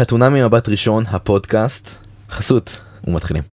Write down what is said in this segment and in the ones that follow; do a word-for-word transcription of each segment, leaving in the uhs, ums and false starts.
חתונה ממבט ראשון, הפודקאסט, חסות, ומתחילים.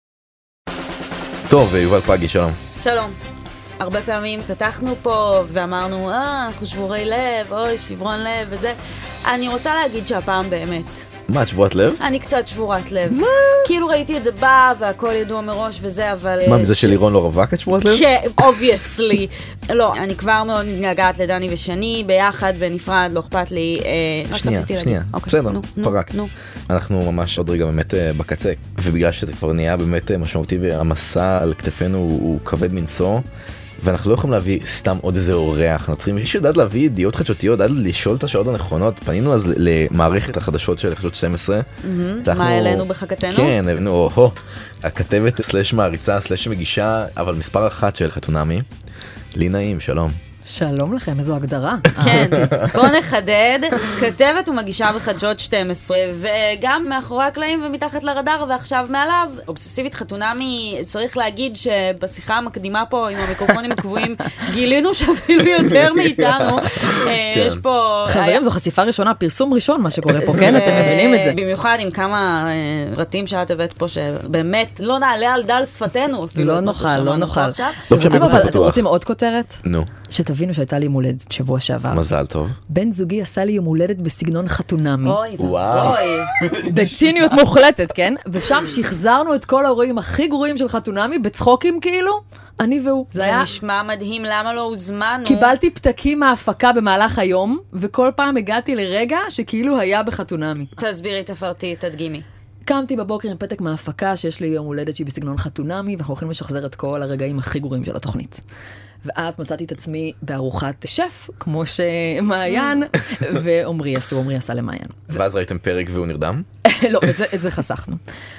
טוב, יובל פגי, שלום. שלום. הרבה פעמים פתחנו פה ואמרנו, אה, אנחנו שבורי לב, אוי, שברון לב וזה. אני רוצה להגיד שהפעם באמת. מה, את שבורת לב? אני קצת שבורת לב. מה? כאילו ראיתי את זה בא והכל ידוע מראש וזה, אבל... מה, מזה של לירון לא רווק את שבורת לב? כן, obviously. לא, אני כבר מאוד נגעת לדני ושני, ביחד ונפרד, לא אכפת לי. שנייה, שנייה. בסדר, פרק. אנחנו ממש עוד רגע באמת בקצה, ובגלל שזה כבר נהיה באמת משמעותי, והמסע על כתפינו הוא כבד מנשוא, ואנחנו לא יכולים להביא סתם עוד איזה אורח, אנחנו צריכים מישהו יודעת להביא ידיעות חדשותיות, עד לשאול את השעות הנכונות. פנינו אז למערכת החדשות של חדשות שתים עשרה. מה העלינו בחכתנו? כן, הבאנו, או, הכתבת סלש מעריצה סלש מגישה, אבל מספר אחת של חתונמי. לי נעים, שלום. שלום לכם, איזו הגדרה. כן, בוא נחדד, כתבת ומגישה בחדשות שתים עשרה, וגם מאחורי הקלעים ומתחת לרדאר, ועכשיו מעליו, אובססיבית חתונמי, צריך להגיד שבשיחה המקדימה פה עם המיקרופונים הקבועים, גילינו שאפילו יותר מאיתנו, יש פה... חברים, זו חשיפה ראשונה, פרסום ראשון, מה שקורה פה, כן? אתם מבינים את זה. במיוחד עם כמה פרטים שאת הבאת פה, שבאמת לא נעלה על דל שפתנו. לא נוכל, לא נוכל. אתם רוצים עוד כותרת? נו. שתבינו שהייתה לי יום הולדת שבוע שעבר. מזל טוב. בן זוגי עשה לי יום הולדת בסגנון חתונמי. אוי, אוי. בציניות מוחלטת, כן? ושם שחזרנו את כל האירועים הכי גרועים של חתונמי, בצחוקים כאילו, אני והוא. זה היה... נשמע מדהים, למה לא הוזמנו? קיבלתי פתקים מההפקה במהלך היום, וכל פעם הגעתי לרגע שכאילו היה בחתונמי. תסבירי, תפרטי, תדגימי. קמתי בבוקר עם פתק מההפקה שיש לי יום הולדת שהיא בסגנון חתונמי, ואנחנו הולכים לשחזר את כל הרגעים הכי גרועים של התוכנית. ואז מצאתי את עצמי בארוחת שף, כמו שמעיין, ועומרי עשו, עומרי עשה למעיין. ואז ראיתם פרק והוא נרדם? לא, את זה חסכנו.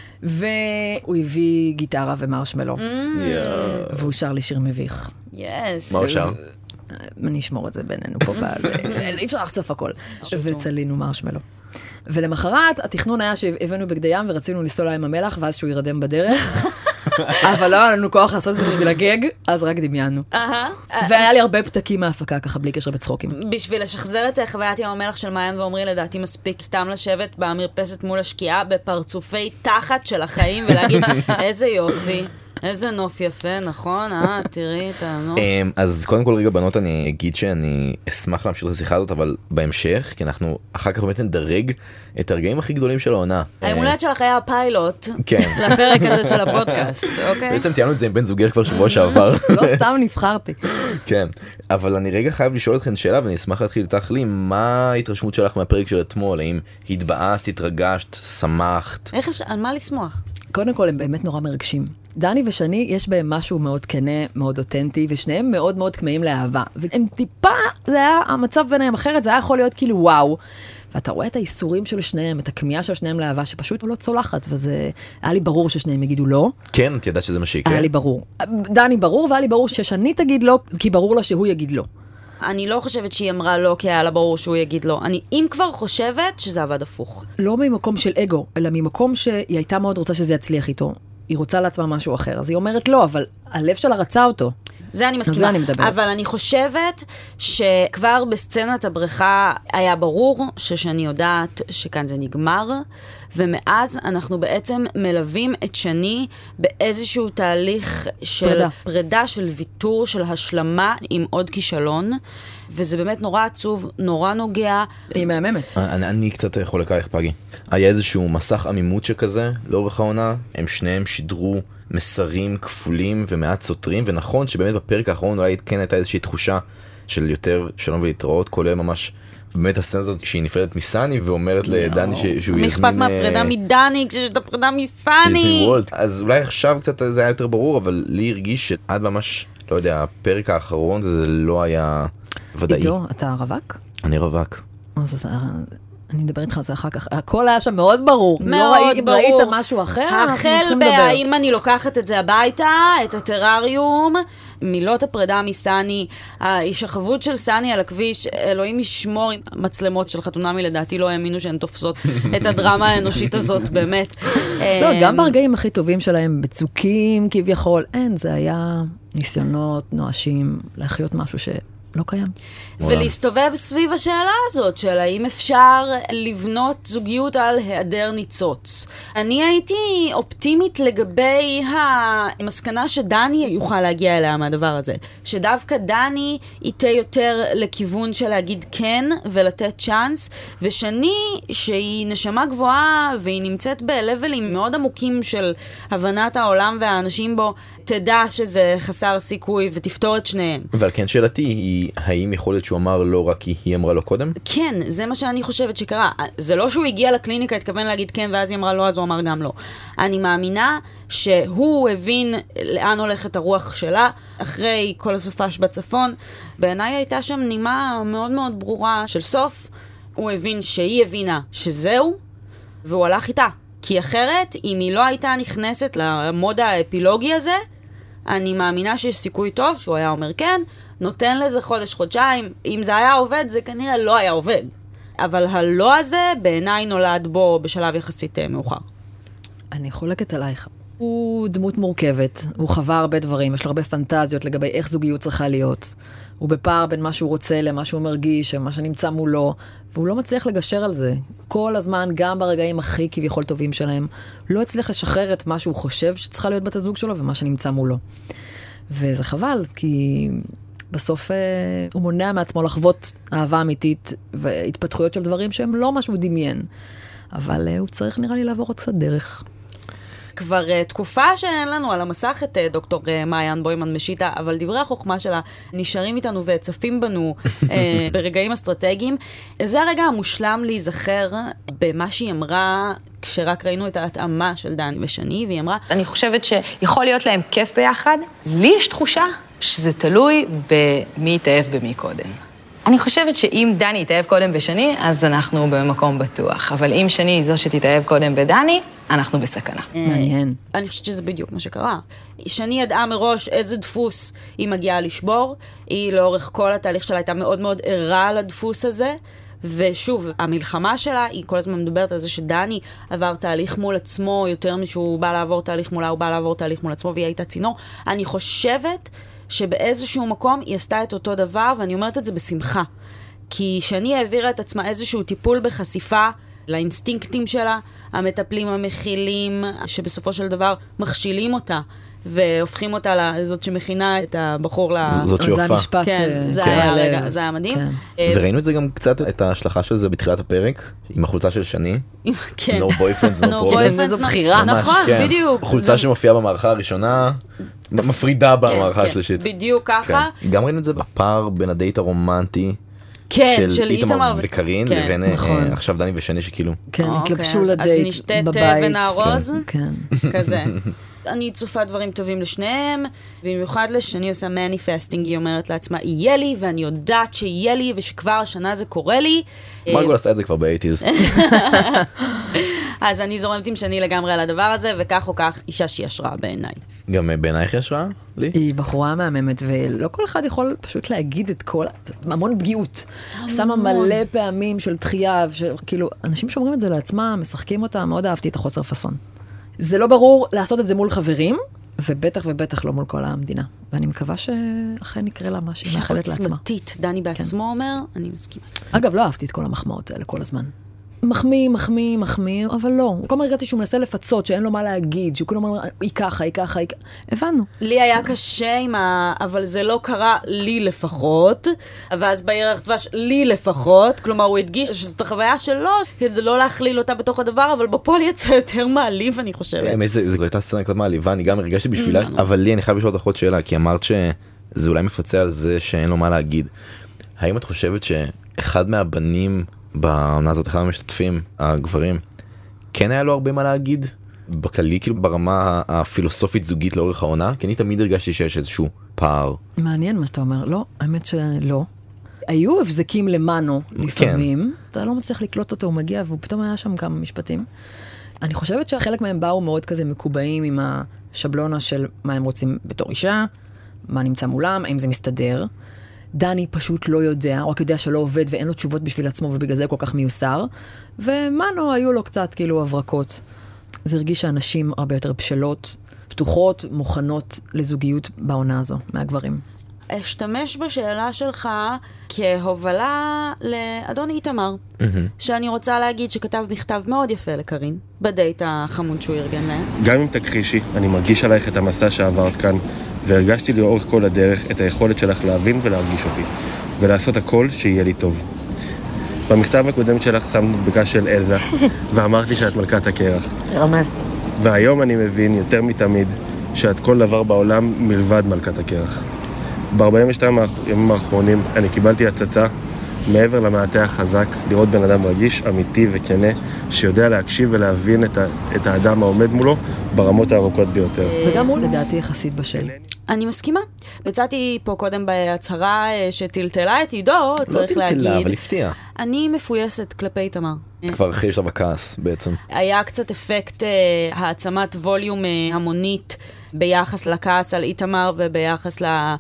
והוא הביא גיטרה ומרשמלו. והוא שר לי שיר מביך. מה הוא שר? אני אשמור את זה בינינו פה, אי אפשר לחשוף הכל. וצלינו מרשמלו. ולמחרת, התכנון היה שהבאנו בגדי ים ורצינו לנסוע לים המלח, ואז שהוא ירדם בדרך. אבל לא היה לנו כוח לעשות את זה בשביל הגג, אז רק דמיינו. והיה לי הרבה פתקים מההפקה, ככה בלי קשר בצחוקים. בשביל לשחזר את חוויית ים המלח של מעיין ועומרי, לדעתי מספיק סתם לשבת במרפסת מול השקיעה, בפרצופי תחת של החיים, ולהגיד, איזה יופי. איזה נוף יפה, נכון? אה, תראי את הנוף. אז קודם כל רגע בנות, אני אגיד שאני אשמח להמשיך לשיחה הזאת, אבל בהמשך, כי אנחנו אחר כך באמת נדרג את הרגעים הכי גדולים של העונה. האמולת שלך היה הפיילוט. כן. לפרק הזה של הפודקאסט, אוקיי? בעצם תיאמנו את זה עם בן זוגר כבר שבוע שעבר. לא סתם נבחרתי. כן, אבל אני רגע חייב לשאול אתכם שאלה, ואני אשמח להתחיל איתך לי, מה ההתרשמות שלך מהפרק של אתמול? האם התבאסת, התרגשת, שמחת? איך אפשר, על מה לשמוח? קודם כל, הם באמת נורא מרגשים. דני ושני, יש בהם משהו מאוד כנה, מאוד אותנטי, ושניהם מאוד מאוד כמאים לאהבה. והם טיפה, זה היה המצב ביניהם אחרת, זה היה יכול להיות כאילו וואו. ואתה רואה את האיסורים של שניהם, את הכמיהה של שניהם לאהבה, שפשוט לא צולחת, וזה היה לי ברור ששניהם יגידו לא. כן, את ידעת שזה מה שיקרה? היה לי ברור. דני ברור, והיה לי ברור ששני תגיד לא, כי ברור לה שהוא יגיד לא. אני לא חושבת שהיא אמרה לא, כי היה לה ברור שהוא יגיד לא. אני אם כבר חושבת שזה עבד הפוך. לא ממקום של אגו, אלא ממקום שהיא הייתה מאוד רוצה שזה יצליח איתו. היא רוצה לעצמה משהו אחר, אז היא אומרת לא, אבל הלב שלה רצה אותו. זה אני מסכימה, אני אבל אני חושבת שכבר בסצנת הבריכה היה ברור ששני יודעת שכאן זה נגמר, ומאז אנחנו בעצם מלווים את שני באיזשהו תהליך של פרידה, פרידה של ויתור, של השלמה עם עוד כישלון, וזה באמת נורא עצוב, נורא נוגע. היא מהממת. אני, אני קצת חולק עליך פגי. היה איזשהו מסך עמימות שכזה לאורך העונה, הם שניהם שידרו מסרים כפולים ומעט סותרים, ונכון שבאמת בפרק האחרון אולי כן הייתה איזושהי תחושה של יותר שלום ולהתראות, כולל ממש באמת הסצנה הזאת כשהיא נפרדת מסני ואומרת לדני שהוא יזמין... מכפת מהפרידה מדני כשיש את הפרידה מסני. אז אולי עכשיו קצת זה היה יותר ברור, אבל לי הרגיש שעד ממש, לא יודע, הפרק האחרון זה לא היה ודאי. עידו, אתה רווק? אני רווק. אני מדבר איתך על זה אחר כך. הכל היה שם מאוד ברור. מאוד ברור. אם ראית משהו אחר, אנחנו צריכים לדבר. החל בהאם אני לוקחת את זה הביתה, את הטרריום, מילות הפרידה מסני, ההשחבות של סני על הכביש, אלוהים ישמור, מצלמות של חתונמי לדעתי לא האמינו שהן תופסות את הדרמה האנושית הזאת, באמת. לא, גם ברגעים הכי טובים שלהם, בצוקים כביכול, אין, זה היה ניסיונות נואשים להחיות משהו ש... לא קיים. ולהסתובב סביב השאלה הזאת של האם אפשר לבנות זוגיות על היעדר ניצוץ. אני הייתי אופטימית לגבי המסקנה שדני יוכל להגיע אליה מהדבר הזה. שדווקא דני ייתה יותר לכיוון של להגיד כן ולתת צ'אנס, ושני שהיא נשמה גבוהה והיא נמצאת בלבלים מאוד עמוקים של הבנת העולם והאנשים בו, תדע שזה חסר סיכוי ותפתור את שניהם. ועל כן שאלתי היא, האם יכול להיות שהוא אמר לא רק כי היא אמרה לו קודם? כן, זה מה שאני חושבת שקרה. זה לא שהוא הגיע לקליניקה, התכוון להגיד כן, ואז היא אמרה לא, אז הוא אמר גם לא. אני מאמינה שהוא הבין לאן הולכת הרוח שלה, אחרי כל הסופש בצפון. בעיניי הייתה שם נימה מאוד מאוד ברורה של סוף. הוא הבין שהיא הבינה שזהו, והוא הלך איתה. כי אחרת, אם היא לא הייתה נכנסת למוד האפילוגי הזה, אני מאמינה שיש סיכוי טוב שהוא היה אומר כן, נותן לזה חודש, חודשיים. אם זה היה עובד, זה כנראה לא היה עובד. אבל הלא הזה בעיניי נולד בו בשלב יחסית מאוחר. אני חולקת עלייך. הוא דמות מורכבת, הוא חווה הרבה דברים, יש לו הרבה פנטזיות לגבי איך זוגיות צריכה להיות. הוא בפער בין מה שהוא רוצה למה שהוא מרגיש, מה שנמצא מולו, והוא לא מצליח לגשר על זה. כל הזמן, גם ברגעים הכי כביכול טובים שלהם, לא הצליח לשחרר את מה שהוא חושב שצריכה להיות בת הזוג שלו ומה שנמצא מולו. וזה חבל, כי בסוף אה, הוא מונע מעצמו לחוות אהבה אמיתית והתפתחויות של דברים שהם לא משהו דמיין. אבל אה, הוא צריך נראה לי לעבור עוד קצת דרך. כבר uh, תקופה שאין לנו על המסך את uh, דוקטור uh, מעיין בוימן משיטה, אבל דברי החוכמה שלה נשארים איתנו וצפים בנו uh, ברגעים אסטרטגיים. זה הרגע המושלם להיזכר במה שהיא אמרה כשרק ראינו את ההתאמה של דני ושני, והיא אמרה, אני חושבת שיכול להיות להם כיף ביחד. לי יש תחושה שזה תלוי במי יתאהב במי קודם. אני חושבת שאם דני יתאהב קודם בשני, אז אנחנו במקום בטוח. אבל אם שני היא זו שתתאהב קודם בדני, אנחנו בסכנה. מעניין. אני חושבת שזה בדיוק מה שקרה. שני ידעה מראש איזה דפוס היא מגיעה לשבור. היא לאורך כל התהליך שלה הייתה מאוד מאוד ערה על הדפוס הזה. ושוב, המלחמה שלה, היא כל הזמן מדברת על זה שדני עבר תהליך מול עצמו, יותר משהוא בא לעבור תהליך מולה, הוא בא לעבור תהליך מול עצמו, והיא הייתה צינור. אני חושבת שבאיזשהו מקום היא עשתה את אותו דבר, ואני אומרת את זה בשמחה. כי שני העבירה את עצמה איזשהו טיפול בחשיפה לאינסטינקטים שלה, המטפלים המכילים, שבסופו של דבר מכשילים אותה, והופכים אותה לזאת שמכינה את הבחור ל... זאת שהופעה. זה המשפט. כן, זה היה רגע, זה היה מדהים. וראינו את זה גם קצת, את ההשלכה של זה בתחילת הפרק, עם החולצה של שני. כן. No boyfriends, no problems. זו בחירה. נכון, בדיוק. חולצה שמופיעה במערכה הראשונה, מפרידה במערכה השלישית. בדיוק ככה. גם ראינו את זה בפער בין הדייט הרומנטי, כן, של איתמר וקרין, לבין עכשיו דני ושני שכאילו... כן, התלבשו לדייט בבית. אז נשתת ונארוז, כזה. אני צופה דברים טובים לשניהם, במיוחד לשני עושה מניפסטינג, היא אומרת לעצמה, יהיה לי, ואני יודעת שיהיה לי, ושכבר השנה זה קורה לי. מרגול עשתה את זה כבר ב-שמונים. אז אני זורמת עם שני לגמרי על הדבר הזה, וכך או כך, אישה שהיא השראה בעיניי. גם בעינייך היא השראה? לי? היא בחורה מהממת, ולא כל אחד יכול פשוט להגיד את כל... המון פגיעות. שמה מלא פעמים של דחייה, כאילו, אנשים שאומרים את זה לעצמם, משחקים אותה, מאוד אהבתי את החוסר פסון. זה לא ברור לעשות את זה מול חברים, ובטח ובטח לא מול כל המדינה. ואני מקווה שאכן יקרה לה מה שהיא מאחלת לעצמה. שעוצמתית, דני בעצמו אומר, אני מסכימה. אגב, לא אהבתי את כל המחמאות האלה כל הזמן. מחמיא, מחמיא, מחמיא, אבל לא. כל מה הרגעתי שהוא מנסה לפצות, שאין לו מה להגיד, שהוא כאילו אומר, היא ככה, היא ככה, היא ככה. הבנו. לי היה קשה עם ה... אבל זה לא קרה לי לפחות, ואז בירח דבש לי לפחות, כלומר הוא הדגיש שזאת החוויה שלו, כדי לא להכליל אותה בתוך הדבר, אבל בפועל יצא יותר מעליב, אני חושבת. האמת, זה הייתה סצנה קצת מעליבה, אני גם הרגשתי בשבילה, אבל לי אני חייב לשאול אותך עוד שאלה, כי אמרת שזה אולי מפצה על זה שאין לו מה להגיד. האם את חושבת שאחד מהבנים בעונה הזאת, אחד המשתתפים, הגברים, כן היה לו הרבה מה להגיד? בכללי, כאילו ברמה הפילוסופית זוגית לאורך העונה? כי אני תמיד הרגשתי שיש איזשהו פער. מעניין מה שאתה אומר. לא, האמת שלא. היו הבזקים למנו לפעמים. כן. אתה לא מצליח לקלוט אותו, הוא מגיע, והוא פתאום היה שם כמה משפטים. אני חושבת שחלק מהם באו מאוד כזה מקובעים עם השבלונה של מה הם רוצים בתור אישה, מה נמצא מולם, האם זה מסתדר. דני פשוט לא יודע, הוא רק יודע שלא עובד ואין לו תשובות בשביל עצמו ובגלל זה כל כך מיוסר. ומנו היו לו קצת כאילו הברקות. זה הרגיש שאנשים הרבה יותר בשלות, פתוחות, מוכנות לזוגיות בעונה הזו, מהגברים. אשתמש בשאלה שלך כהובלה לאדון איתמר, mm-hmm. שאני רוצה להגיד שכתב מכתב מאוד יפה לקרין, בדייט החמוד שהוא ארגן להם. גם אם תכחישי, אני מרגיש עלייך את המסע שעברת כאן, והרגשתי לאורך כל הדרך את היכולת שלך להבין ולהרגיש אותי, ולעשות הכל שיהיה לי טוב. במכתב הקודם שלך שמת מדבקה של אלזה, ואמרת לי שאת מלכת הקרח. רמזתי. והיום אני מבין יותר מתמיד שאת כל דבר בעולם מלבד מלכת הקרח. ב-ארבעים ושתיים הימים האחרונים אני קיבלתי הצצה מעבר למעטה החזק, לראות בן אדם רגיש, אמיתי וכנה, שיודע להקשיב ולהבין את, ה- את האדם העומד מולו ברמות העמוקות ביותר. וגם הוא לדעתי יחסית בשל. אני מסכימה. יצאתי פה קודם בהצהרה שטלטלה את עידו, צריך להגיד. לא טלטלה, אבל הפתיעה. אני מפויסת כלפי איתמר. כבר אחרי שלב הכעס בעצם. היה קצת אפקט העצמת ווליום המונית ביחס לכעס על איתמר וביחס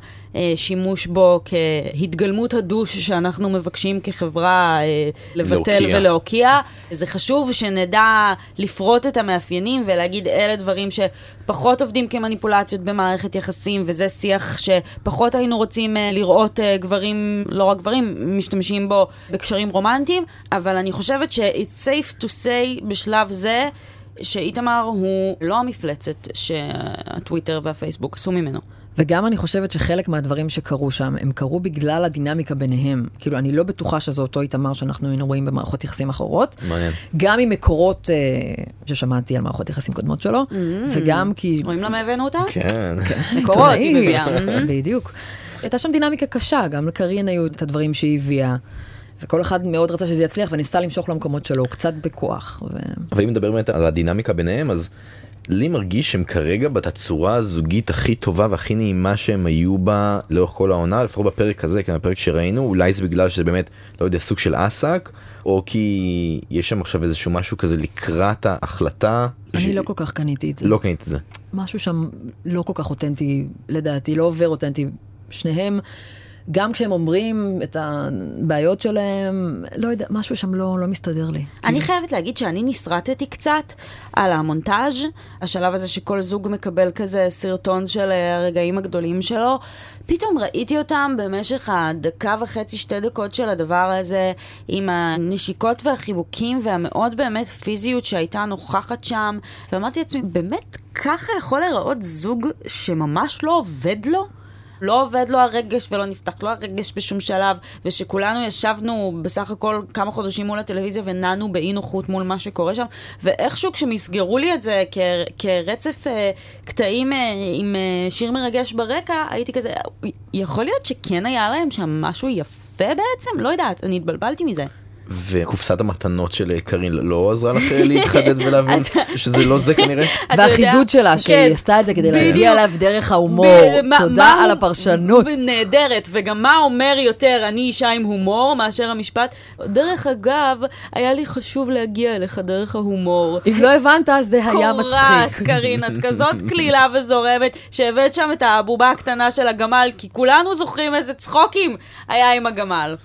לשימוש בו כהתגלמות הדוש שאנחנו מבקשים כחברה לבטל ולהוקיע. זה חשוב שנדע לפרוט את המאפיינים ולהגיד אלה דברים שפחות עובדים כמניפולציות במערכת יחסים, וזה שיח שפחות היינו רוצים לראות גברים, לא רק גברים, משתמשים בו בקשרים רומנטיים, אבל אני חושבת ש-it's safe to say בשלב זה שאיתמר הוא לא המפלצת שהטוויטר והפייסבוק עשו ממנו. וגם אני חושבת שחלק מהדברים שקרו שם, הם קרו בגלל הדינמיקה ביניהם. כאילו, אני לא בטוחה שזה אותו איתמר שאנחנו היינו רואים במערכות יחסים אחרות. מעניין. גם עם מקורות אה, ששמעתי על מערכות יחסים קודמות שלו, mm-hmm. וגם כי... רואים למה הבאנו אותה? כן. מקורות היא מביאה. בדיוק. הייתה שם דינמיקה קשה, גם לקרין היו את הדברים שהיא הביאה. וכל אחד מאוד רצה שזה יצליח, וניסה למשוך למקומות שלו, קצת בכוח. ו... אבל אם נדבר באמת על הדינמיקה ביניהם, אז לי מרגיש שהם כרגע בתצורה הזוגית הכי טובה והכי נעימה שהם היו בה לאורך כל העונה, לפחות בפרק הזה, כן, בפרק שראינו, אולי זה בגלל שזה באמת, לא יודע, סוג של עסק, או כי יש שם עכשיו איזשהו משהו כזה לקראת ההחלטה. אני ש... לא כל כך קניתי את זה. לא קניתי את זה. משהו שם לא כל כך אותנטי, לדעתי, לא עובר אותנטי. שניהם... גם כשהם אומרים את הבעיות שלהם, לא יודע, משהו שם לא, לא מסתדר לי. אני חייבת להגיד שאני נסרטתי קצת על המונטאז', השלב הזה שכל זוג מקבל כזה סרטון של הרגעים הגדולים שלו. פתאום ראיתי אותם במשך הדקה וחצי, שתי דקות של הדבר הזה, עם הנשיקות והחיבוקים והמאוד באמת פיזיות שהייתה נוכחת שם, ואמרתי לעצמי, באמת ככה יכול להיראות זוג שממש לא עובד לו? לא עובד לו הרגש ולא נפתח לו הרגש בשום שלב, ושכולנו ישבנו בסך הכל כמה חודשים מול הטלוויזיה ונענו באי נוחות מול מה שקורה שם, ואיכשהו כשמסגרו לי את זה כ- כרצף אה, קטעים אה, עם אה, שיר מרגש ברקע, הייתי כזה, יכול להיות שכן היה להם שם משהו יפה בעצם? לא יודעת, אני התבלבלתי מזה. וקופסת המתנות של קרין לא עזרה לך להתחדד ולהבין שזה לא זה כנראה. והחידוד שלה שהיא עשתה את זה כדי להגיע אליו דרך ההומור. תודה על הפרשנות. נהדרת, וגם מה אומר יותר אני אישה עם הומור מאשר המשפט. דרך אגב, היה לי חשוב להגיע אליך דרך ההומור. אם לא הבנת, זה היה מצחיק. קוראת, קרין, את כזאת כלילה וזורמת שהבאת שם את הבובה הקטנה של הגמל, כי כולנו זוכרים איזה צחוקים היה עם הגמל.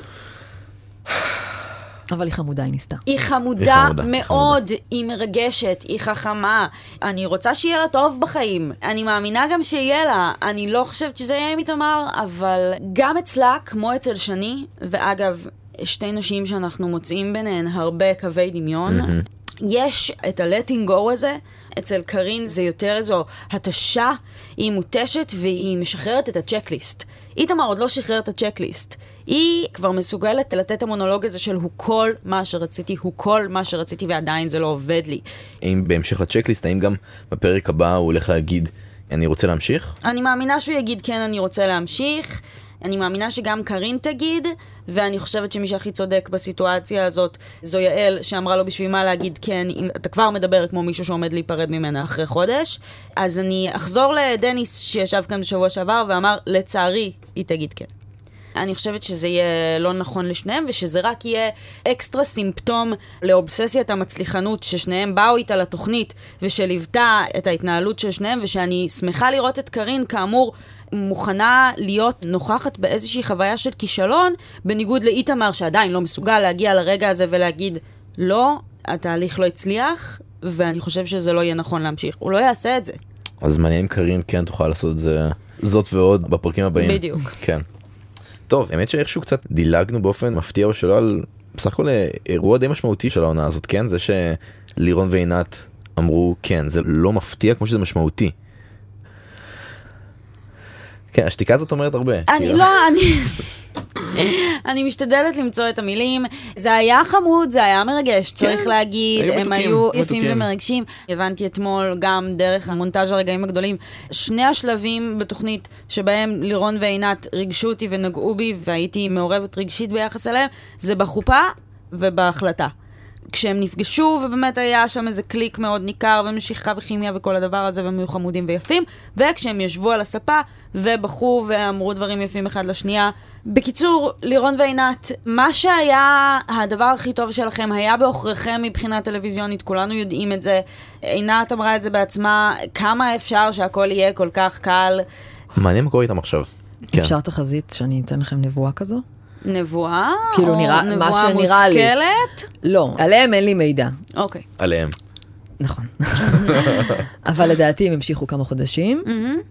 אבל היא חמודה, היא ניסתה. היא חמודה, היא חמודה מאוד, חמודה. היא מרגשת, היא חכמה. אני רוצה שיהיה לה טוב בחיים. אני מאמינה גם שיהיה לה. אני לא חושבת שזה יהיה עם איתמר, אבל גם אצלה, כמו אצל שני, ואגב, שתי נשים שאנחנו מוצאים ביניהן הרבה קווי דמיון, mm-hmm. יש את ה-letting go הזה. אצל קרין זה יותר איזו התשה, היא מוטשת והיא משחררת את הצ'קליסט. איתמר עוד לא שחרר את הצ'קליסט. היא כבר מסוגלת לתת את המונולוג הזה של הוא כל מה שרציתי, הוא כל מה שרציתי ועדיין זה לא עובד לי. האם בהמשך לצ'קליסט, האם גם בפרק הבא הוא הולך להגיד אני רוצה להמשיך? אני מאמינה שהוא יגיד כן אני רוצה להמשיך. אני מאמינה שגם קרין תגיד, ואני חושבת שמי שהכי צודק בסיטואציה הזאת זו יעל, שאמרה לו בשביל מה להגיד כן, אם אתה כבר מדבר כמו מישהו שעומד להיפרד ממנה אחרי חודש. אז אני אחזור לדניס שישב כאן בשבוע שעבר ואמר, לצערי, היא תגיד כן. אני חושבת שזה יהיה לא נכון לשניהם, ושזה רק יהיה אקסטרה סימפטום לאובססיית המצליחנות ששניהם באו איתה לתוכנית, ושליוותה את ההתנהלות של שניהם, ושאני שמחה לראות את קרין כאמור מוכנה להיות נוכחת באיזושהי חוויה של כישלון, בניגוד לאיתמר שעדיין לא מסוגל להגיע לרגע הזה ולהגיד, לא, התהליך לא הצליח, ואני חושב שזה לא יהיה נכון להמשיך. הוא לא יעשה את זה. אז מעניינים קרים, כן, תוכל לעשות את זה, זאת ועוד בפרקים הבאים. בדיוק. כן. טוב, האמת שאיכשהו קצת דילגנו באופן מפתיע או שלא על בסך הכל אירוע די משמעותי של העונה הזאת, כן? זה שלירון ועינת אמרו, כן, זה לא מפתיע כמו שזה משמעותי. כן, השתיקה הזאת אומרת הרבה. אני לא, אני... אני משתדלת למצוא את המילים. זה היה חמוד, זה היה מרגש, צריך להגיד, הם היו יפים ומרגשים. הבנתי אתמול גם דרך המונטאז' הרגעים הגדולים, שני השלבים בתוכנית שבהם לירון ועינת ריגשו אותי ונגעו בי והייתי מעורבת רגשית ביחס אליהם, זה בחופה ובהחלטה. כשהם נפגשו ובאמת היה שם איזה קליק מאוד ניכר ומשיכה וכימיה וכל הדבר הזה והם היו חמודים ויפים, וכשהם ישבו על הספה ובחו ואמרו דברים יפים אחד לשנייה. בקיצור, לירון ועינת, מה שהיה הדבר הכי טוב שלכם היה באוכריכם מבחינה טלוויזיונית, כולנו יודעים את זה. עינת אמרה את זה בעצמה, כמה אפשר שהכל יהיה כל כך קל. מעניין מה קורה איתם עכשיו. אפשר תחזית שאני אתן לכם נבואה כזו? נבואה? כאילו נראה, מה שנראה לי. נבואה מושכלת? לא, עליהם אין לי מידע. אוקיי. עליהם. נכון. אבל לדעתי הם המשיכו כמה חודשים,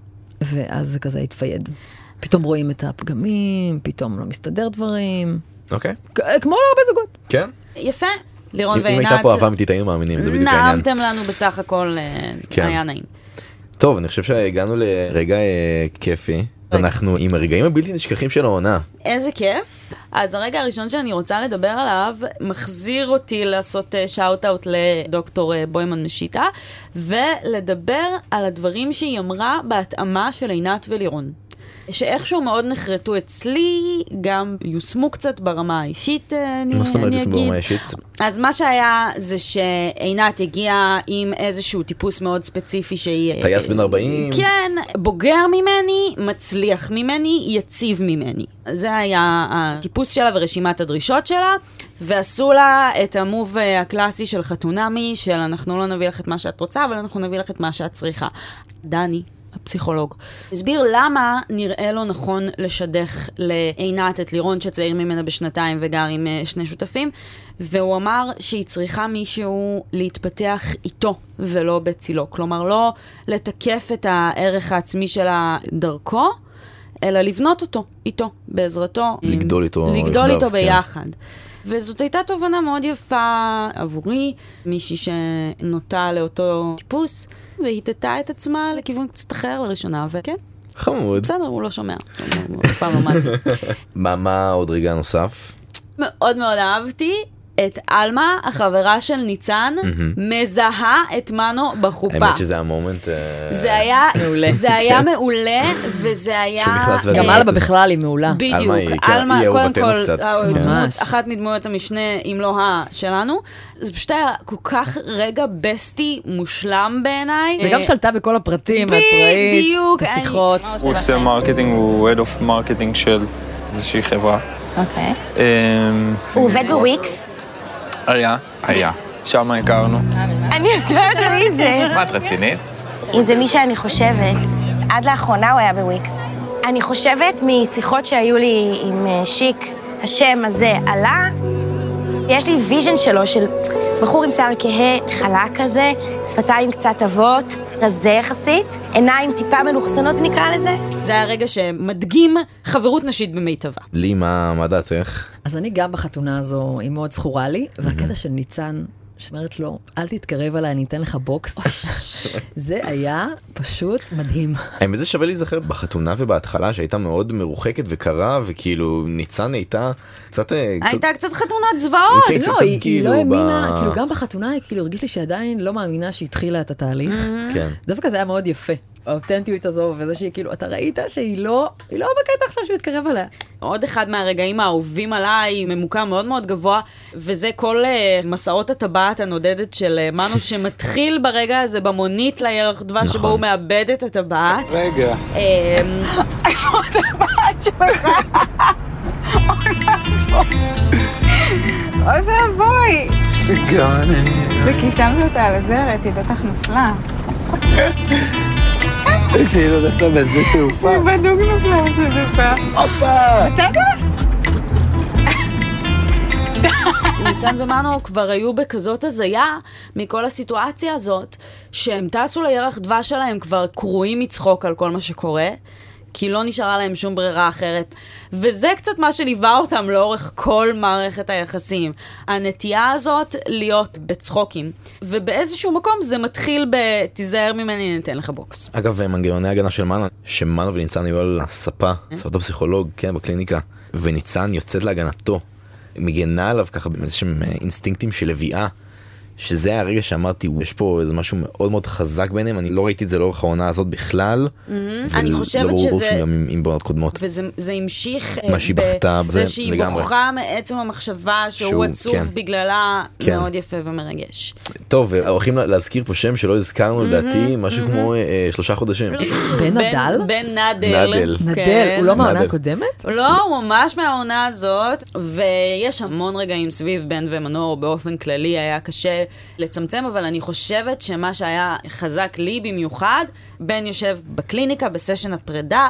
ואז זה כזה התפייד. פתאום רואים את הפגמים, פתאום לא מסתדר דברים. אוקיי. כמו להרבה זוגות. כן. יפה. לירון ועינת. אם הייתה פה אהבה אמיתית, היינו מאמינים, זה בדיוק העניין. נעמתם לנו בסך הכל, היה נעים. טוב, אני חושב שהגענו לרגע כיפי. אנחנו עם הרגעים הבלתי נשכחים של העונה. איזה כיף. אז הרגע הראשון שאני רוצה לדבר עליו, מחזיר אותי לעשות שאוט-אוט לדוקטור בוימן משיטה, ולדבר על הדברים שהיא אמרה בהתאמה של עינת ולירון. שאיכשהו מאוד נחרטו אצלי, גם יושמו קצת ברמה האישית, אני, מה זאת אומרת יושמו ברמה האישית? אז מה שהיה זה שעינת הגיעה עם איזשהו טיפוס מאוד ספציפי שהיא... טייס בן ארבעים? כן, בוגר ממני, מצליח ממני, יציב ממני. זה היה הטיפוס שלה ורשימת הדרישות שלה, ועשו לה את המוב הקלאסי של חתונמי, של אנחנו לא נביא לך את מה שאת רוצה, אבל אנחנו נביא לך את מה שאת צריכה. דני, הפסיכולוג, הסביר למה נראה לו נכון לשדך לעינת את לירון שצעיר ממנה בשנתיים וגר עם שני שותפים, והוא אמר שהיא צריכה מישהו להתפתח איתו ולא בצילו, כלומר לא לתקף את הערך העצמי שלה דרכו, אלא לבנות אותו איתו, בעזרתו. לגדול איתו. לגדול איתו ביחד. וזאת הייתה תובנה מאוד יפה עבורי, מישהי שנוטה לאותו טיפוס, והתתה את עצמה לכיוון קצת אחר לראשונה, וכן. חמוד. בסדר, הוא לא שומע. הוא אף פעם לא מעצים. מה עוד רגע נוסף? מאוד מאוד אהבתי את אלמה, החברה של ניצן, מזהה את מנו בחופה. האמת שזה המומנט... זה היה מעולה. זה היה מעולה, וזה היה... גם אלמה בכלל היא מעולה. בדיוק. אלמה, קודם כל, אחת מדמויות המשנה, אם לא ה, שלנו. זה פשוט היה כל כך רגע בסטי מושלם בעיניי. וגם שלטה בכל הפרטים, את ראית, את השיחות. הוא עושה מרקטינג, הוא head of marketing של איזושהי חברה. אוקיי. הוא עובד בוויקס? היה. היה. שם הכרנו. אני יודעת מי זה. מה, את רצינית? אם זה מי שאני חושבת, עד לאחרונה הוא היה בוויקס. אני חושבת משיחות שהיו לי עם שיק, השם הזה עלה, יש לי ויז'ן שלו של בחור עם שיער כהה, חלק כזה, שפתיים קצת אבות, רזה יחסית, עיניים טיפה מלוכסנות נקרא לזה. זה היה רגע שמדגים חברות נשית במיטבה. לי, מה, מה דעתך? אז אני גם בחתונה הזו, היא מאוד זכורה לי, והקטע של ניצן, שאומרת לו, אל תתקרב עליי, אני אתן לך בוקס. זה היה פשוט מדהים. האמת זה שווה להיזכר בחתונה ובהתחלה, שהייתה מאוד מרוחקת וקרה, וכאילו ניצן הייתה קצת... הייתה קצת חתונת זוועות. לא, היא לא האמינה, כאילו גם בחתונה, היא כאילו הרגיש לי שעדיין לא מאמינה שהתחילה את התהליך. כן. דווקא זה היה מאוד יפה. האותנטיות הזו, וזה שהיא כאילו, אתה ראית שהיא לא, היא לא בקטע עכשיו שהוא יתקרב עליה. עוד אחד מהרגעים האהובים עליי, ממוקם מאוד מאוד גבוה, וזה כל uh, מסעות הטבעת הנודדת של uh, מנו שמתחיל ברגע הזה במונית לירח דבש, נכון. שבו הוא מאבד את הטבעת. רגע. איפה הטבעת שלך? אוי ואבוי. גאוני. זה כי שמת אותה על הזרת, היא בטח נפלה. כשהיא לא נפלה בשדה תעופה. היא בדוק נפלה בשדה תעופה. הופה! בסדר? ניצן ומנו כבר היו בכזאת הזיה מכל הסיטואציה הזאת, שהם טסו לירח דבש שלהם כבר קרועים מצחוק על כל מה שקורה, כי לא נשארה להם שום ברירה אחרת. וזה קצת מה שליווה אותם לאורך כל מערכת היחסים. הנטייה הזאת להיות בצחוקים. ובאיזשהו מקום זה מתחיל בתיזהר ממני, ניתן לך בוקס. אגב, מנגנוני הגנה של מנו, שמנו וניצן היו על הספה, ספת הפסיכולוג, כן, בקליניקה, וניצן יוצאת להגנתו, מגנה עליו ככה באיזשהם אינסטינקטים של לביאה, שזה היה הרגע שאמרתי, יש פה איזה משהו מאוד מאוד חזק ביניהם, אני לא ראיתי את זה לאורך העונה הזאת בכלל, אני חושבת שזה, גם עם בעונות קודמות. וזה המשיך, מה שהיא בכתה, זה שהיא בוכה מעצם המחשבה שהוא עצוב בגללה, מאוד יפה ומרגש. טוב, הולכים להזכיר פה שם שלא הזכרנו לדעתי, משהו כמו שלושה חודשים. בן נדל? בן נדל. נדל, הוא לא מהעונה הקודמת? לא, הוא ממש מהעונה הזאת, ויש המון רגעים סביב בן ומנור, באופן כללי היה קשה לצמצם, אבל אני חושבת שמה שהיה חזק לי במיוחד, בן יושב בקליניקה בסשן הפרידה,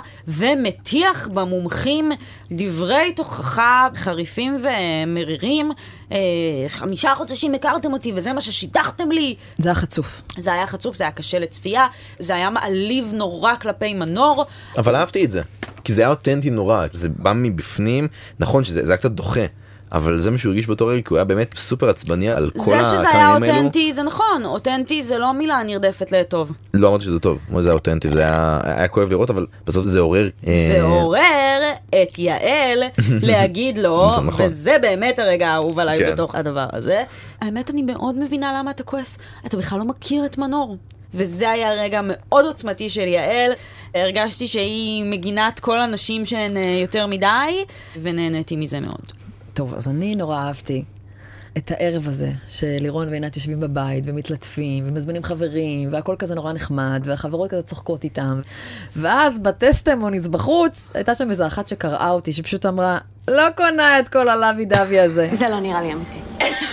ומתיח במומחים דברי תוכחה חריפים ומרירים, אה, חמישה חודשים הכרתם אותי, וזה מה ששיתחתם לי. זה היה חצוף. זה היה חצוף, זה היה קשה לצפייה, זה היה מעליב נורא כלפי מנור. אבל אהבתי את זה, כי זה היה אותנטי נורא, זה בא מבפנים, נכון שזה זה היה קצת דוחה. אבל זה מה שהוא הרגיש באותו רגע, כי הוא היה באמת סופר עצבני על כל הכמה זה שזה היה אותנטי, זה נכון. אותנטי זה לא מילה נרדפת לטוב. לא אמרתי שזה טוב, זה היה אותנטי, זה היה כואב לראות, אבל בסוף זה עורר... זה עורר את יעל להגיד לו, וזה באמת הרגע האהוב עליי בתוך הדבר הזה. האמת, אני מאוד מבינה למה אתה כועס. אתה בכלל לא מכיר את מנור. וזה היה רגע מאוד עוצמתי של יעל. הרגשתי שהיא מגינת כל הנשים שהן יותר מדי, ונהניתי מזה מאוד. טוב, אז אני נורא אהבתי את הערב הזה, שלירון ועינת יושבים בבית ומתלטפים ומזמינים חברים, והכל כזה נורא נחמד, והחברות כזה צוחקות איתם. ואז בטסטמוניס בחוץ, הייתה שם איזו אחת שקראה אותי, שפשוט אמרה, לא קונה את כל הלוי דווי הזה. זה לא נראה לי אמיתי.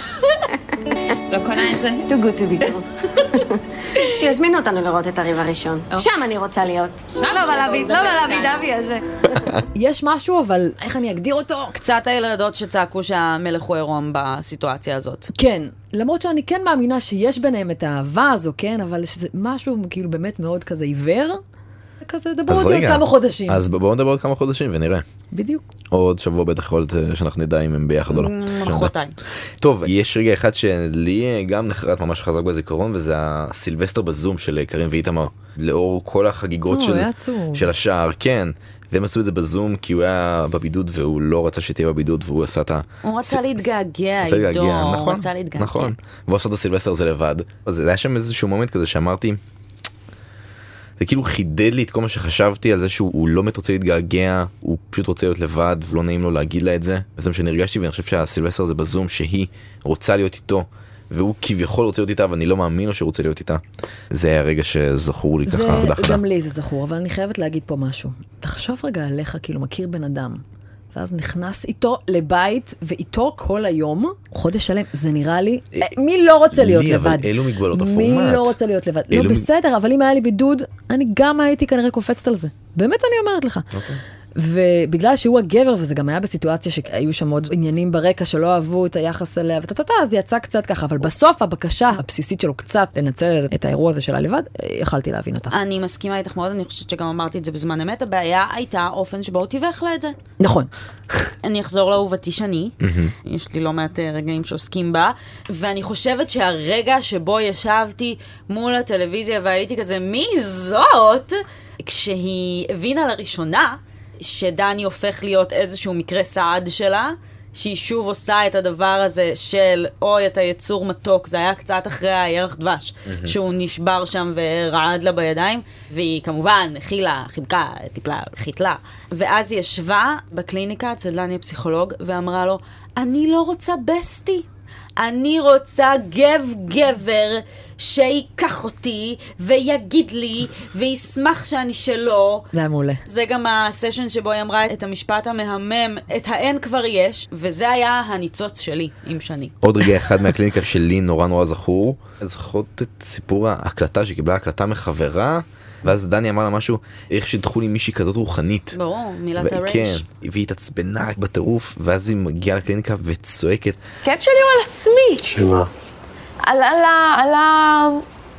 לא קונה את זה? too good to be true. שיזמינו אותנו לראות את הריב הראשון. שם אני רוצה להיות. לא בלוי, לא בלוי דווי הזה. יש משהו, אבל איך אני אגדיר אותו? קצת הילדות שצעקו שהמלך הוא עירום בסיטואציה הזאת. כן, למרות שאני כן מאמינה שיש ביניהם את האהבה הזו, כן, אבל שזה משהו כאילו באמת מאוד כזה עיוור. כזה, דברו אותי עוד כמה חודשים. אז בואו נדבר עוד כמה חודשים ונראה. בדיוק. עוד שבוע בטח יכול להיות שאנחנו נדע אם הם ביחד או לא. מחרתיים. טוב, יש רגע אחד שלי גם נחרט ממש חזק בזיכרון, וזה הסילבסטר בזום של קרין ואיתמר. לאור כל החגיגות של השער, כן. והם עשו את זה בזום כי הוא היה בבידוד והוא לא רצה שתהיה בבידוד והוא עשה את ה... הוא רצה להתגעגע איתו, הוא רצה להתגעגע. נכון, והוא עשה את הסילבסטר הזה לבד. אז זה היה שם איזשהו מומנט כזה שאמרתי, זה כאילו חידד לי את כל מה שחשבתי על זה שהוא לא באמת רוצה להתגעגע, הוא פשוט רוצה להיות לבד ולא נעים לו להגיד לה את זה. וזה מה שאני הרגשתי, ואני חושב שהסילבסטר הזה בזום שהיא רוצה להיות איתו, והוא כביכול רוצה להיות איתה, אבל אני לא מאמין לו שהוא רוצה להיות איתה. זה היה הרגע שזכור לי ככה. זה, גם לי זה זכור, אבל אני חייבת להגיד פה משהו. תחשוב רגע עליך, כאילו מכיר בן אדם, ואז נכנס איתו לבית, ואיתו כל היום, חודש שלם, זה נראה לי, מי לא רוצה להיות לי, לבד? אבל אלו מגבלות הפורמט. מי לא רוצה להיות לבד? לא, בסדר, אבל אם היה לי בידוד, אני גם הייתי כנראה קופצת על זה. באמת אני אומרת לך. אוקיי. ובגלל שהוא הגבר, וזה גם היה בסיטואציה שהיו שם עוד עניינים ברקע שלא אהבו את היחס אליה, ותתתה, אז יצא קצת ככה, אבל בסוף הבקשה הבסיסית שלו קצת לנצל את האירוע הזה שלה לבד, יכלתי להבין אותה. אני מסכימה איתך מאוד, אני חושבת שגם אמרתי את זה בזמן אמת, הבעיה הייתה אופן שבו תיווך לה את זה. נכון. אני אחזור לאהובתי שני, יש לי לא מעט רגעים שעוסקים בה, ואני חושבת שהרגע שבו ישבתי מול הטלוויזיה והייתי כזה, מי זאת? כשהיא הבינה לראשונה, שדני הופך להיות איזשהו מקרה סעד שלה, שהיא שוב עושה את הדבר הזה של, אוי, אתה יצור מתוק, זה היה קצת אחרי הירח דבש, mm-hmm. שהוא נשבר שם ורעד לה בידיים, והיא כמובן הכילה, חיבקה, טיפלה, חיתלה. ואז היא ישבה בקליניקה אצל דני הפסיכולוג, ואמרה לו, אני לא רוצה בסטי. אני רוצה גב גבר שיקח אותי ויגיד לי וישמח שאני שלו. זה היה מעולה. זה גם הסשן שבו היא אמרה את המשפט המהמם, את האין כבר יש, וזה היה הניצוץ שלי עם שני. עוד רגע אחד מהקליניקה שלי נורא נורא זכור. זוכרות את סיפור ההקלטה שקיבלה הקלטה מחברה, ואז דני אמר לה משהו, איך שדחו לי מישהי כזאת רוחנית. ברור, מילת הרש. כן, והיא התעצבנה בטירוף, ואז היא מגיעה לקליניקה וצועקת. הכאב שלי הוא על עצמי. שמה? על, על, על, על,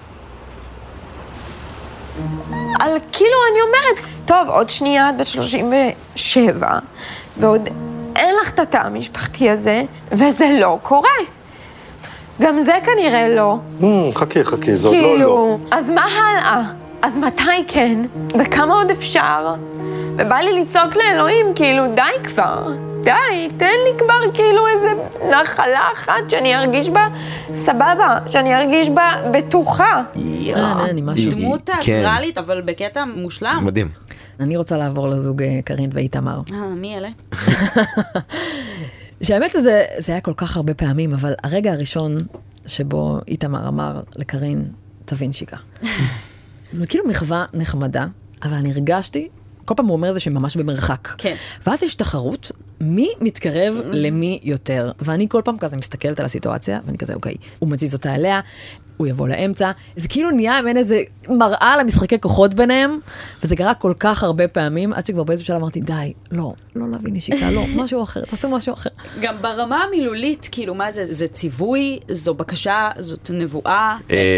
על, כאילו אני אומרת, טוב, עוד שנייה בת שלושים ושבע, ועוד אין לך את התא המשפחתי הזה, וזה לא קורה. גם זה כנראה לא. חכי, חכי, זה עוד לא לא. כאילו, אז מה הלאה? אז מתי כן? וכמה עוד אפשר? ובא לי לצעוק לאלוהים, כאילו, די כבר. די, תן לי כבר כאילו איזה נחלה אחת שאני ארגיש בה סבבה, שאני ארגיש בה בטוחה. דמות תיאטרלית, אבל בקטע מושלם. מדהים. אני רוצה לעבור לזוג קרין ואיתמר. אה, מי אלה? שהאמת שזה זה היה כל כך הרבה פעמים, אבל הרגע הראשון שבו איתמר אמר לקרין, תבין שיקה. זה כאילו מחווה נחמדה, אבל אני הרגשתי, כל פעם הוא אומר זה שממש במרחק. כן. ואז יש תחרות, מי מתקרב למי יותר. ואני כל פעם כזה מסתכלת על הסיטואציה, ואני כזה, אוקיי, הוא מזיז אותה אליה, הוא יבוא לאמצע, זה כאילו נהיה עם איזה מראה למשחקי כוחות ביניהם, וזה קרה כל כך הרבה פעמים, עד שכבר באיזו שלב אמרתי, די, לא, לא להביא נשיקה, לא, משהו אחר, תעשו משהו אחר. גם ברמה המילולית, כאילו, מה זה? זה ציווי, זו בקשה, זאת נבואה.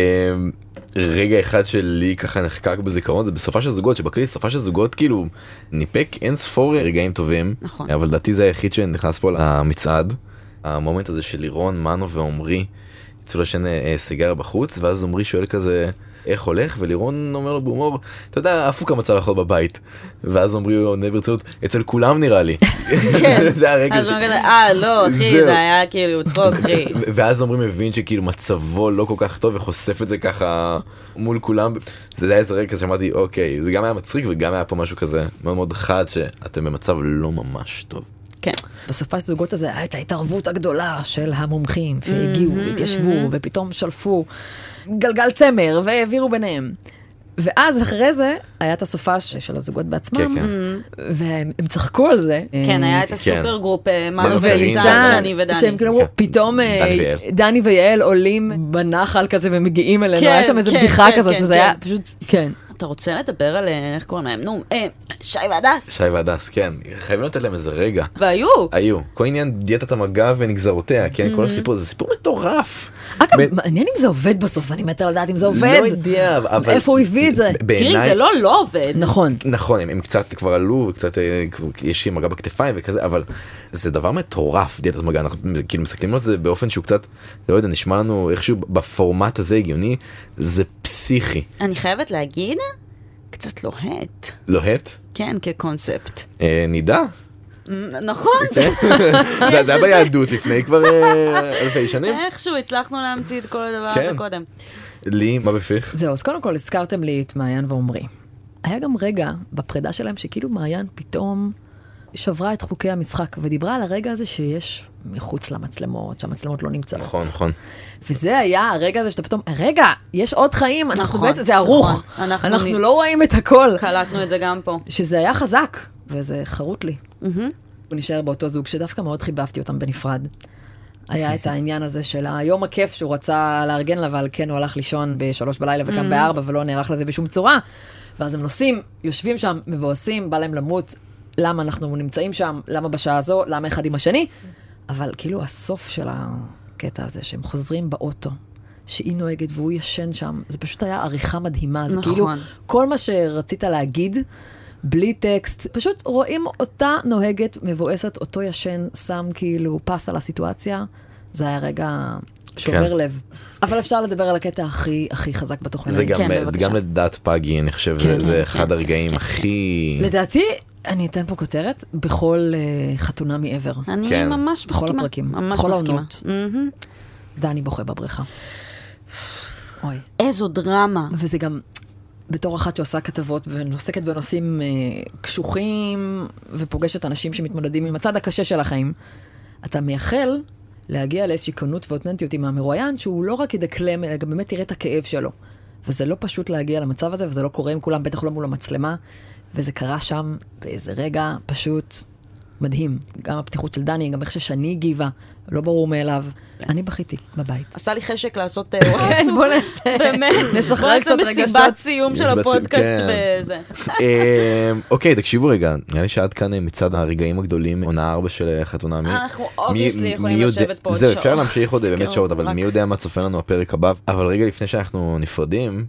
רגע אחד שלי ככה נחקק בזיכרון, זה בסופה של זוגות, שבכלי סופה של זוגות כאילו ניפק אין ספור רגעים טובים, נכון. אבל דעתי זה היחיד שנכנס פה למצעד, המומנט הזה של לירון, מנו ועומרי, יצאו לשן סיגריה בחוץ, ואז עומרי שואל כזה, איך הולך? ולירון אומר לו בהומור, אתה יודע, עפו כמה צלחות לאכול בבית. ואז עומרי עונה ברצינות, אצל כולם נראה לי. זה הרגע אז הוא כזה, אה, לא, אחי, זה היה כאילו צחוק, אחי. ואז עומרי מבין שכאילו מצבו לא כל כך טוב, וחושף את זה ככה מול כולם. זה היה איזה רגע שאמרתי, אוקיי, זה גם היה מצחיק, וגם היה פה משהו כזה מאוד מאוד חד, שאתם במצב לא ממש טוב. כן. בסופה של זוגות הזה הייתה ההתערבות הגדולה של המומחים, שהגיעו, התיישבו, ופתאום שלפו גלגל צמר, והעבירו ביניהם. ואז אחרי זה, היה את הסופה של הזוגות בעצמם, והם צחקו על זה. כן, היה את הסופר גרופ, מנו וניצן, שני ודני. שהם כאילו אמרו, פתאום דני ויעל עולים בנחל כזה, ומגיעים אלינו, היה שם איזו בדיחה כזו, שזה היה פשוט, כן. אתה רוצה לדבר על איך קוראים להם? נו, שי והדס. שי והדס, כן. חייבים לתת להם איזה רגע. והיו. היו. כל עניין דיאטת המגע ונגזרותיה, כן? כל הסיפור, זה סיפור מטורף. אגב, מעניין אם זה עובד בסוף, אני מתה לדעת אם זה עובד. לא יודע, אבל... איפה הוא הביא את זה? תראי, זה לא לא עובד. נכון. נכון, הם קצת כבר עלו, וקצת יש מגע בכתפיים וכזה, אבל זה דבר מטורף, דיאטת מגע. אנחנו כאילו מסתכלים על זה באופן שהוא קצת, לא יודע, נשמע לנו איכשהו בפורמט הזה הגיוני, זה פסיכי. אני חייבת להגיד, קצת לוהט. לוהט? כן, כקונספט. נידה? נכון. זה היה ביהדות לפני כבר אלפי שנים. איכשהו הצלחנו להמציא את כל הדבר הזה קודם. לי, מה בפיך? זהו, אז קודם כל הזכרתם לי את מעיין ועומרי. היה גם רגע בפרידה שלהם שכאילו מעיין פתאום שברה את חוקי המשחק, ודיברה על הרגע הזה שיש מחוץ למצלמות, שהמצלמות לא נמצאות. נכון, נכון. וזה היה הרגע הזה שאתה פתאום, רגע, יש עוד חיים, אנחנו בעצם, זה ערוך. אנחנו לא רואים את הכל. קלטנו את זה גם פה. שזה היה חזק, וזה חרוט לי. הוא נשאר באותו זוג שדווקא מאוד חיבבתי אותם בנפרד. היה את העניין הזה של היום הכיף שהוא רצה לארגן לה, אבל כן הוא הלך לישון בשלוש בלילה וקם בארבע, ולא נערך לזה בשום צורה. ואז הם נוסעים, יושבים שם, מבואסים, בא להם למות, למה אנחנו נמצאים שם, למה בשעה הזו, למה אחד עם השני. אבל כאילו הסוף של הקטע הזה, שהם חוזרים באוטו, שהיא נוהגת והוא ישן שם, זה פשוט היה עריכה מדהימה. זה כאילו כל מה שרצית להגיד, בלי טקסט, פשוט רואים אותה נוהגת, מבואסת, אותו ישן, שם כאילו פס על הסיטואציה, זה היה רגע שובר לב. אבל אפשר לדבר על הקטע הכי הכי חזק בתוכן. זה גם לדעת פגי, אני חושב, זה אחד הרגעים הכי... לדעתי, אני אתן פה כותרת, בכל חתונה מעבר. אני ממש מסכימה. בכל הפרקים, בכל העונות. דני בוכה בבריכה. אוי. איזו דרמה. וזה גם... בתור אחת שעושה כתבות ונוסקת בנושאים אה, קשוחים ופוגשת אנשים שמתמודדים עם הצד הקשה של החיים, אתה מייחל להגיע לאיזושהי כנות ואותנטיות עם המרואיין, שהוא לא רק ידקלם, אלא גם באמת תראה את הכאב שלו. וזה לא פשוט להגיע למצב הזה, וזה לא קורה עם כולם, בטח לא מול המצלמה, וזה קרה שם באיזה רגע פשוט מדהים. גם הפתיחות של דני, גם איך ששני הגיבה, לא ברור מאליו. אני בכיתי בבית. עשה לי חשק לעשות וואטסאפ. בוא נעשה. באמת. נשחרר קצת רגשות. מסיבת סיום של הפודקאסט בזה. אוקיי, תקשיבו רגע. נראה לי שעד כאן מצד הרגעים הגדולים, עונה ארבע של חתונמי. אנחנו אובייסלי יכולים לשבת פה עוד זהו, שעות. אפשר להמשיך עוד באמת שעות, אבל מי יודע מה צופה לנו הפרק הבא. אבל רגע לפני שאנחנו נפרדים,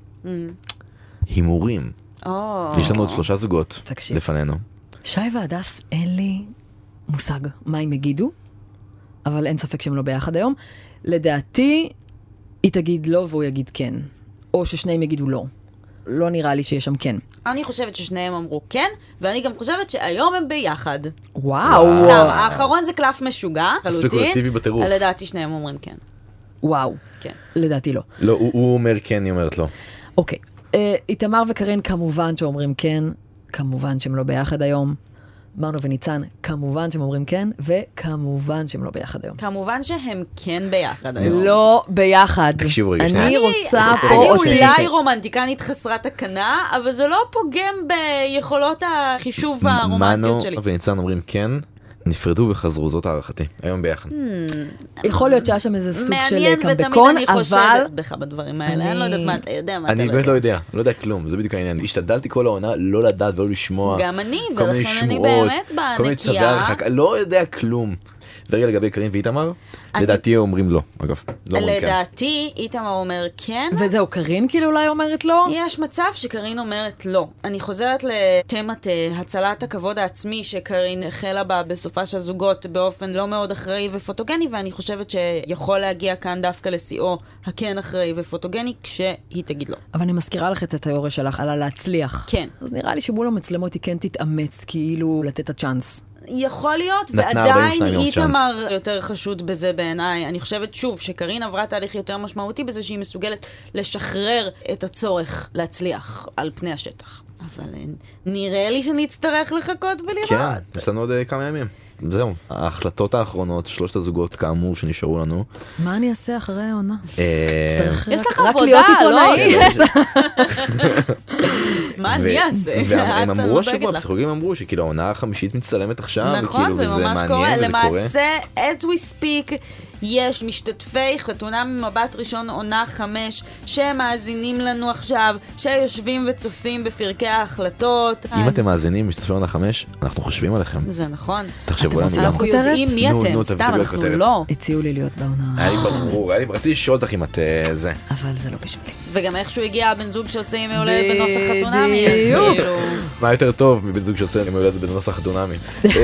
הימורים. יש לנו עוד שלושה זוגות לפנינו. שי והדס, אין לי מושג מה הם יגידו, אבל אין ספק שהם לא ביחד היום. לדעתי, היא תגיד לא והוא יגיד כן. או ששניהם יגידו לא. לא נראה לי שיש שם כן. אני חושבת ששניהם אמרו כן, ואני גם חושבת שהיום הם ביחד. וואו. סתם, האחרון זה קלף משוגע, ספקולטיבי בטירוף. לדעתי שניהם אומרים כן. וואו. כן. לדעתי לא. לא, הוא אומר כן, היא אומרת לא. אוקיי. איתמר וקרין כמובן שאומרים כן, כמובן שהם לא ביחד היום. מרנו וניצן, כמובן שהם אומרים כן, וכמובן שהם לא ביחד היום. כמובן שהם כן ביחד היום. לא ביחד. תקשיבו רגע. אני רוצה פה... אני אולי רומנטיקנית חסרת תקנה, אבל זה לא פוגם ביכולות החישוב הרומנטיות שלי. מרנו וניצן אומרים כן, נפרדו וחזרו, זאת הערכתי. היום ביחד. יכול להיות שהיה שם איזה סוג של קמבקון, אבל... מעניין, ותמיד אני חושדת בך בדברים האלה. אני לא יודעת מה אתה יודע, מה אתה לא יודע. אני באמת לא יודע, לא יודע כלום, זה בדיוק העניין. השתדלתי כל העונה לא לדעת ולא לשמוע. גם אני, ולכן אני באמת בנקייה. כל מיני צווי הרחק, לא יודע כלום. ורגע לגבי קרין ואיתמר, לדעתי אומרים לא, אגב. לדעתי, איתמר אומר כן. וזהו, קרין כאילו אולי אומרת לא? יש מצב שקרין אומרת לא. אני חוזרת לתמת הצלת הכבוד העצמי שקרין החלה בה בסופה של זוגות באופן לא מאוד אחראי ופוטוגני, ואני חושבת שיכול להגיע כאן דווקא לסיאו הכן אחראי ופוטוגני כשהיא תגיד לא. אבל אני מזכירה לך את התיאוריה שלך על להצליח. כן. אז נראה לי שמול המצלמות היא כן תתאמץ כאילו לתת את הצ'אנס. יכול להיות, ועדיין איתמר יותר חשוד בזה בעיניי. אני חושבת שוב שקרין עברה תהליך יותר משמעותי בזה שהיא מסוגלת לשחרר את הצורך להצליח על פני השטח. אבל נראה לי שנצטרך לחכות ולראות. כן, יש לנו עוד כמה ימים. זהו, ההחלטות האחרונות, שלושת הזוגות כאמור שנשארו לנו. מה אני אעשה אחרי העונה? יש לך עבודה, לא? מה אני אעשה? והם אמרו השבוע, הפסיכולוגים אמרו שכאילו העונה החמישית מצטלמת עכשיו, נכון, זה ממש קורה. למעשה, as we speak, יש משתתפי חתונה ממבט ראשון עונה חמש שמאזינים לנו עכשיו, שיושבים וצופים בפרקי ההחלטות. אם אתם מאזינים משתתפי עונה חמש, אנחנו חושבים עליכם. זה נכון. תחשבו לנו גם. אנחנו יודעים מי אתם, סתם אנחנו לא. הציעו לי להיות בעונה. היה לי ברור, היה לי רציתי לשאול אותך אם את זה. אבל זה לא בשבילי. וגם איכשהו הגיע הבן זוג שעושה עם הולדת בנוסח חתונמי. מה יותר טוב מבן זוג שעושה עם הולדת בנוסח חתונמי?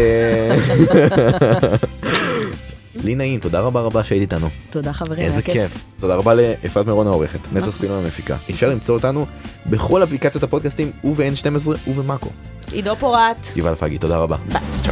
לי נעים, תודה רבה רבה שהיית איתנו. תודה חברים, איזה כיף. תודה רבה לאפרת מירון העורכת, נטע ספינון המפיקה. אפשר למצוא אותנו בכל אפליקציות הפודקאסטים וב-אן שתים עשרה ובמאקו. עידו פורט. יובל פגי, תודה רבה.